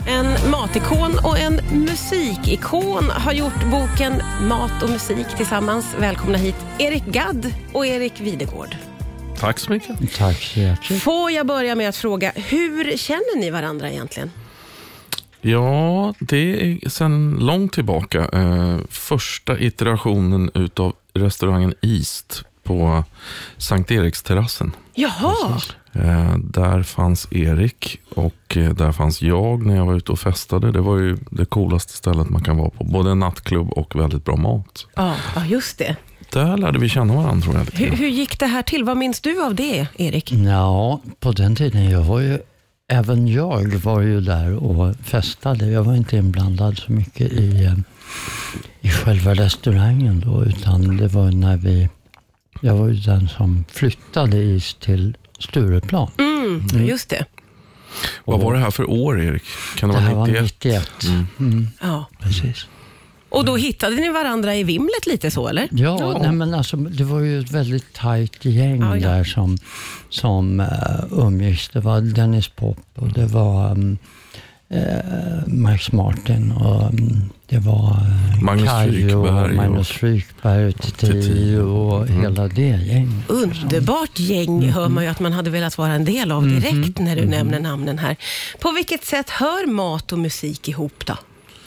En matikon och en musikikon har gjort boken Mat och musik tillsammans. Välkomna hit Erik Gadd och Erik Videgård. Tack så mycket. Tack så hjärtligt. Får jag börja med att fråga, hur känner ni varandra egentligen? Ja, det är sedan långt tillbaka. Första iterationen utav restaurangen East på Sankt Eriksterrassen. Jaha! Där fanns Erik och där fanns jag när jag var ute och festade. Det var ju det coolaste stället man kan vara på. Både en nattklubb och väldigt bra mat. Ja, just det. Där lärde vi känna varandra, tror jag. Hur gick det här till? Vad minns du av det, Erik? Ja, på den tiden även jag var ju där och festade. Jag var inte inblandad så mycket i själva restaurangen då, utan det var när jag var ju den som flyttade is till Stureplan. Just det. Vad var det här för år, Erik? Kan det vara 91? Ja. Precis. Och då hittade ni varandra i vimlet lite så, eller? Ja. Nej, men alltså, det var ju ett väldigt tajt gäng där som umgicks. Det var Dennis Pop och det var Max Martin och det var Magnus Frykberg, Titi och hela det gänget. Underbart gäng hör man ju att man hade velat vara en del av direkt när du nämner namnen här. På vilket sätt hör mat och musik ihop då?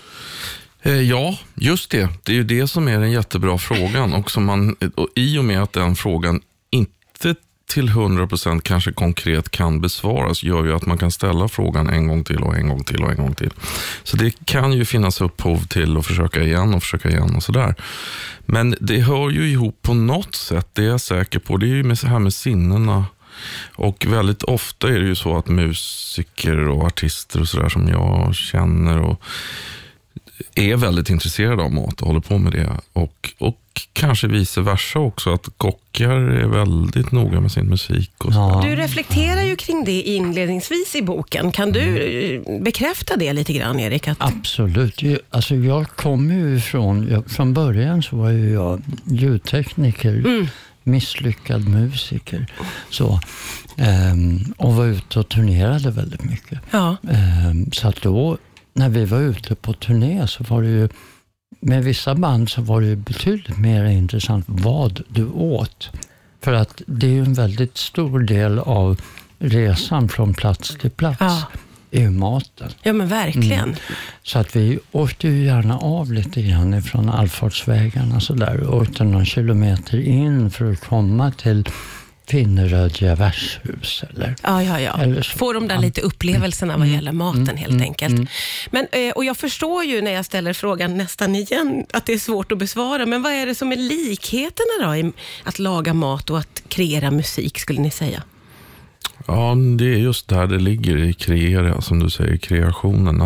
Ja, just det. Det är ju det som är den jättebra frågan. Och i och med att den frågan inte till 100% kanske konkret kan besvaras, gör ju att man kan ställa frågan en gång till och en gång till och en gång till. Så det kan ju finnas upphov till att försöka igen och sådär. Men det hör ju ihop på något sätt, det är jag säker på. Det är ju så här med sinnena. Och väldigt ofta är det ju så att musiker och artister och sådär som jag känner och är väldigt intresserade av mat och håller på med det. Och kanske vice versa också, att kockar är väldigt noga med sin musik. Och så. Du reflekterar ju kring det inledningsvis i boken. Kan du bekräfta det lite grann, Erik? Absolut. Alltså jag kommer ju från början så var ju jag ljudtekniker, misslyckad musiker. Så, och var ute och turnerade väldigt mycket. Ja. Så att då när vi var ute på turné så var det ju, med vissa band så var det ju betydligt mer intressant vad du åt. För att det är ju en väldigt stor del av resan från plats till plats i maten. Ja, men verkligen. Så att vi åkte ju gärna av lite grann ifrån allfartsvägarna så där och åkte någon kilometer in för att komma till Finnerödja värdshus eller. Ja. Eller får de där lite upplevelserna vad gäller maten helt enkelt. Men, och jag förstår ju när jag ställer frågan nästan igen att det är svårt att besvara. Men vad är det som är likheterna då i att laga mat och att kreera musik, skulle ni säga? Ja, det är just där det ligger i kreera, som du säger, kreationen.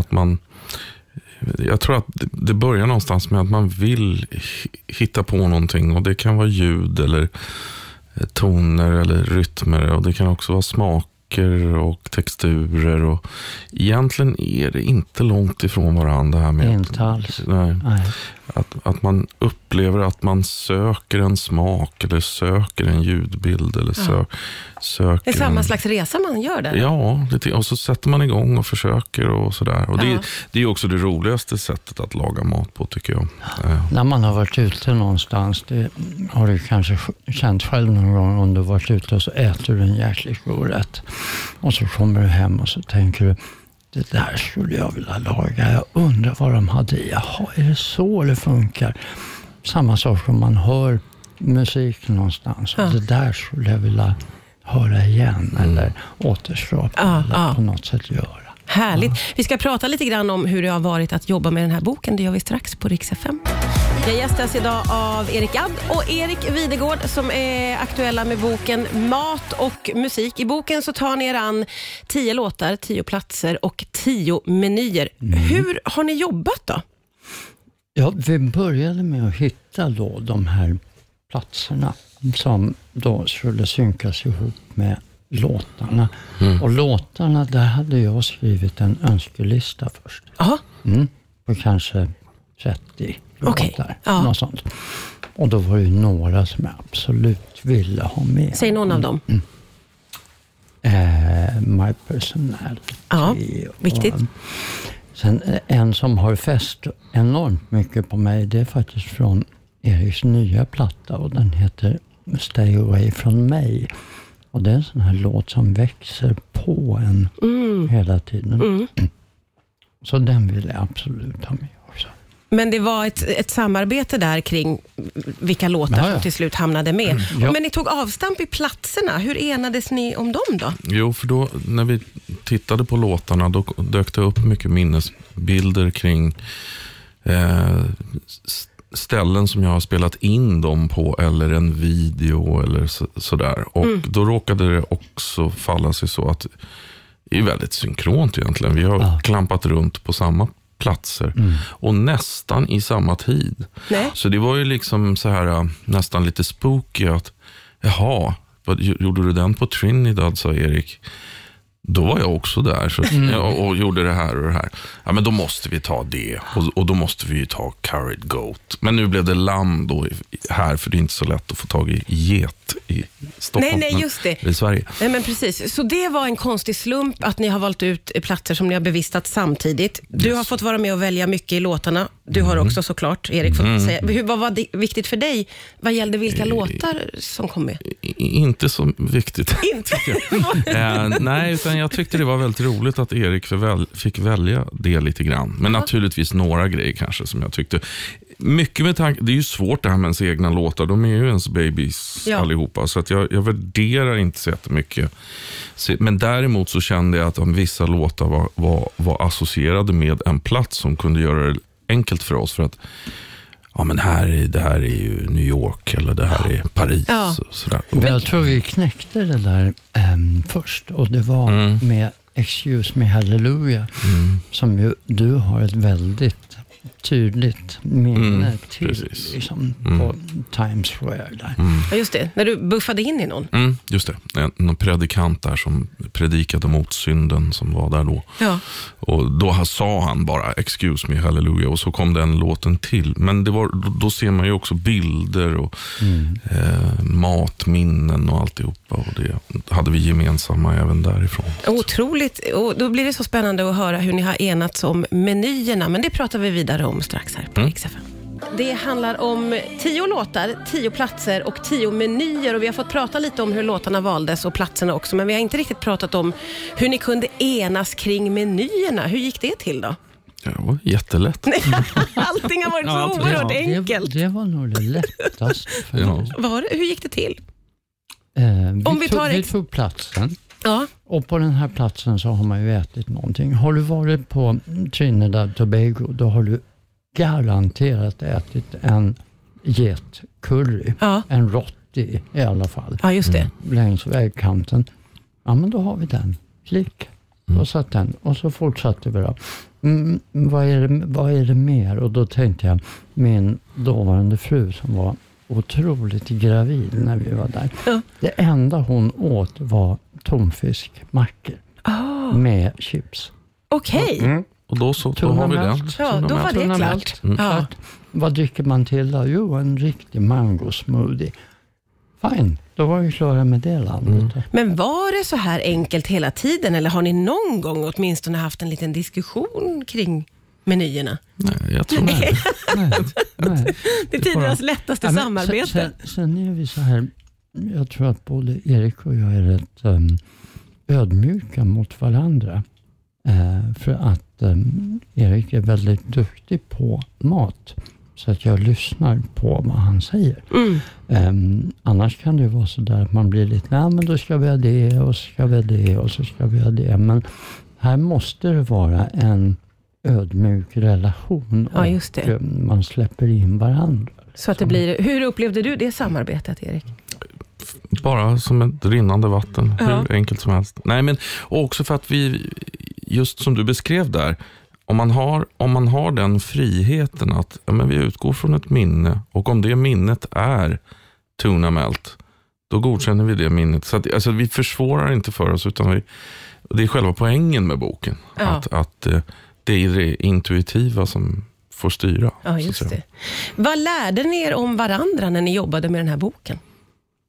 Jag tror att det börjar någonstans med att man vill hitta på någonting, och det kan vara ljud eller toner eller rytmer, och det kan också vara smaker och texturer, och egentligen är det inte långt ifrån varandra här med inte alls. Nej. Att man upplever att man söker en smak eller söker en ljudbild eller söker. Det är samma slags resa man gör där. Ja, och så sätter man igång och försöker och sådär. Och det är också det roligaste sättet att laga mat på, tycker jag. När man har varit ute någonstans, det har du kanske känt själv någon gång, om du har varit ute och så äter du en jäkligt god rätt. Och så kommer du hem och så tänker du, det där skulle jag vilja laga. Jag undrar vad de hade i. Jaha, är det så det funkar? Samma sak som man hör musik någonstans. Det där skulle jag vilja höra igen eller återskapa eller på något sätt göra. Härligt. Vi ska prata lite grann om hur det har varit att jobba med den här boken. Det gör vi strax på Rix FM. Jag gästas idag av Erik Gadd och Erik Videgård som är aktuella med boken Mat och musik. I boken så tar ni er an 10 låtar, 10 platser och 10 menyer. Hur har ni jobbat då? Ja, vi började med att hitta då de här platserna som då skulle synkas ihop med låtarna. Och låtarna, där hade jag skrivit en önskelista först. På kanske 30 låtar. Något sånt. Och då var det några som jag absolut ville ha med. Säg någon av dem. My Personality. Ja, viktigt. Sen en som har fäst enormt mycket på mig, det är faktiskt från Eriks nya platta och den heter Stay Away från mig. Och det är en sån här låt som växer på en hela tiden. Så den vill jag absolut ha med också. Men det var ett samarbete där kring vilka låtar som till slut hamnade med. Ja. Men ni tog avstamp i platserna. Hur enades ni om dem då? Jo, för då när vi tittade på låtarna då dök det upp mycket minnesbilder kring ställen som jag har spelat in dem på eller en video eller sådär. Och då råkade det också falla sig så att det är väldigt synkront egentligen. Vi har klampat runt på samma platser och nästan i samma tid. Nej. Så det var ju liksom så här nästan lite spooky att jaha, gjorde du den på Trinidad, sa Erik. Då var jag också där så, och gjorde det här och det här. Ja, men då måste vi ta det. Och då måste vi ju ta Curried Goat. Men nu blev det lamm då här, för det är inte så lätt att få tag i get i Stockholm. Nej, just det. I Sverige. Nej, men precis. Så det var en konstig slump att ni har valt ut platser som ni har bevistat samtidigt. Du har fått vara med och välja mycket i låtarna. Du har också såklart, Erik, fått säga. Vad var det viktigt för dig? Vad gällde vilka låtar som kom med? Inte så viktigt. Inte? Nej, utan jag tyckte det var väldigt roligt att Erik fick välja det lite grann. Men naturligtvis några grejer kanske som jag tyckte. Mycket med tanke, det är ju svårt det här med ens egna låtar. De är ju ens babies allihopa. Så att jag värderar inte så jättemycket. Men däremot så kände jag att om vissa låtar var associerade med en plats som kunde göra det enkelt för oss. För att ja, men det här är ju New York eller det här är Paris. Och sådär. Jag tror vi knäckte det där först. Och det var med Excuse Me Hallelujah. Som ju du har ett väldigt tydligt minne till liksom, på Times Square där. Ja, just det. När du buffade in i någon. Just det. Någon predikant där som predikade mot synden som var där då. Ja. Och då sa han bara Excuse Me Hallelujah och så kom den låten till. Men då ser man ju också bilder och matminnen och alltihopa. Och det hade vi gemensamma även därifrån. Otroligt. Och då blir det så spännande att höra hur ni har enats om menyerna. Men det pratar vi vidare om strax här på Rix FM. Det handlar om 10 låtar, 10 platser och 10 menyer. Och vi har fått prata lite om hur låtarna valdes och platserna också. Men vi har inte riktigt pratat om hur ni kunde enas kring menyerna. Hur gick det till då? Ja, det var jättelätt. Allting har varit så oerhört enkelt. Det var nog det lättaste. Hur gick det till? Vi tog platsen. Ja. Och på den här platsen så har man ju ätit någonting. Har du varit på Trinidad och Tobago, då har du garanterat ätit en getcurry. Ja. En rotti i alla fall. Ja, just det. Längs vägkanten. Ja, men då har vi den. Klick. Och satt den. Och så fortsatte vi då. Vad är det mer? Och då tänkte jag, min dåvarande fru som var otroligt gravid när vi var där. Ja. Det enda hon åt var tonfiskmackor med chips. Okej. Och då har vi den. Ja, då var det klart. Ja. Vad dricker man till då? Jo, en riktig mango-smoothie. Fine, då var vi klara med det landet. Men var det så här enkelt hela tiden? Eller har ni någon gång åtminstone haft en liten diskussion kring menyerna? Nej, jag tror nej. Det är tidernas lättaste samarbete. Sen är vi så här, jag tror att både Erik och jag är rätt ödmjuka mot varandra. För att Erik är väldigt duktig på mat. Så att jag lyssnar på vad han säger. Annars kan det vara så där att man blir lite, men då ska vi ha det och så ska vi ha det och så ska vi ha det. Men här måste det vara en ödmjuk relation. Ja, just det. Och man släpper in varandra. Så att det blir, hur upplevde du det samarbetet, Erik? Bara som ett rinnande vatten. Hur enkelt som helst. Nej, men också för att vi, just som du beskrev där, om man har den friheten att vi utgår från ett minne och om det minnet är tuna melt, då godkänner vi det minnet. Så att, alltså, vi försvårar inte för oss, utan det är själva poängen med boken. Ja. Att det är det intuitiva som får styra. Ja, just det. Vad lärde ni er om varandra när ni jobbade med den här boken?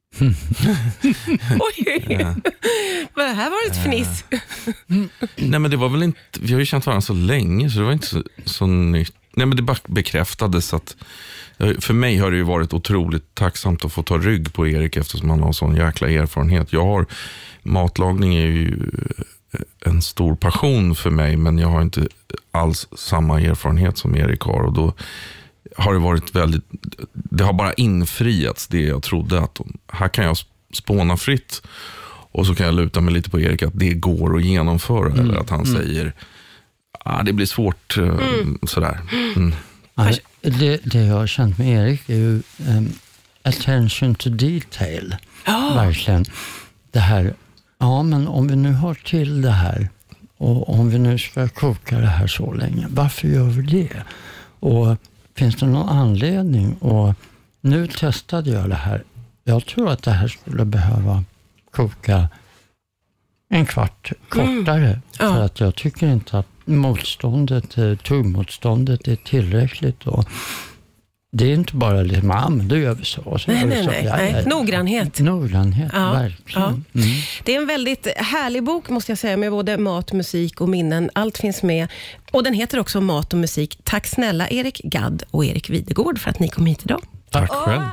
Oj, det här var ett fniss. Nej, men det var väl inte, vi har ju känt varandra så länge så det var inte så nytt. Nej, men det bara bekräftades att för mig har det ju varit otroligt tacksamt att få ta rygg på Erik eftersom han har sån jäkla erfarenhet. Matlagning är ju en stor passion för mig, men jag har inte alls samma erfarenhet som Erik har, och då har det varit det har bara infriats det jag trodde, att här kan jag spåna fritt och så kan jag luta mig lite på Erik att det går att genomföra, eller att han säger det blir svårt sådär. Ja, det jag har känt med Erik är ju attention to detail. Verkligen. Det här, men om vi nu har till det här och om vi nu ska koka det här så länge, varför gör vi det? Och finns det någon anledning? Och nu testade jag det här. Jag tror att det här skulle behöva koka en kvart kortare. För att jag tycker inte att tuggmotståndet är tillräckligt. Och det är inte bara liksom, men då gör vi så. Nej. Noggrannhet. Noggrannhet, verkligen. Ja. Det är en väldigt härlig bok, måste jag säga, med både mat, musik och minnen. Allt finns med. Och den heter också Mat och musik. Tack snälla Erik Gadd och Erik Videgård för att ni kom hit idag. Tack själv.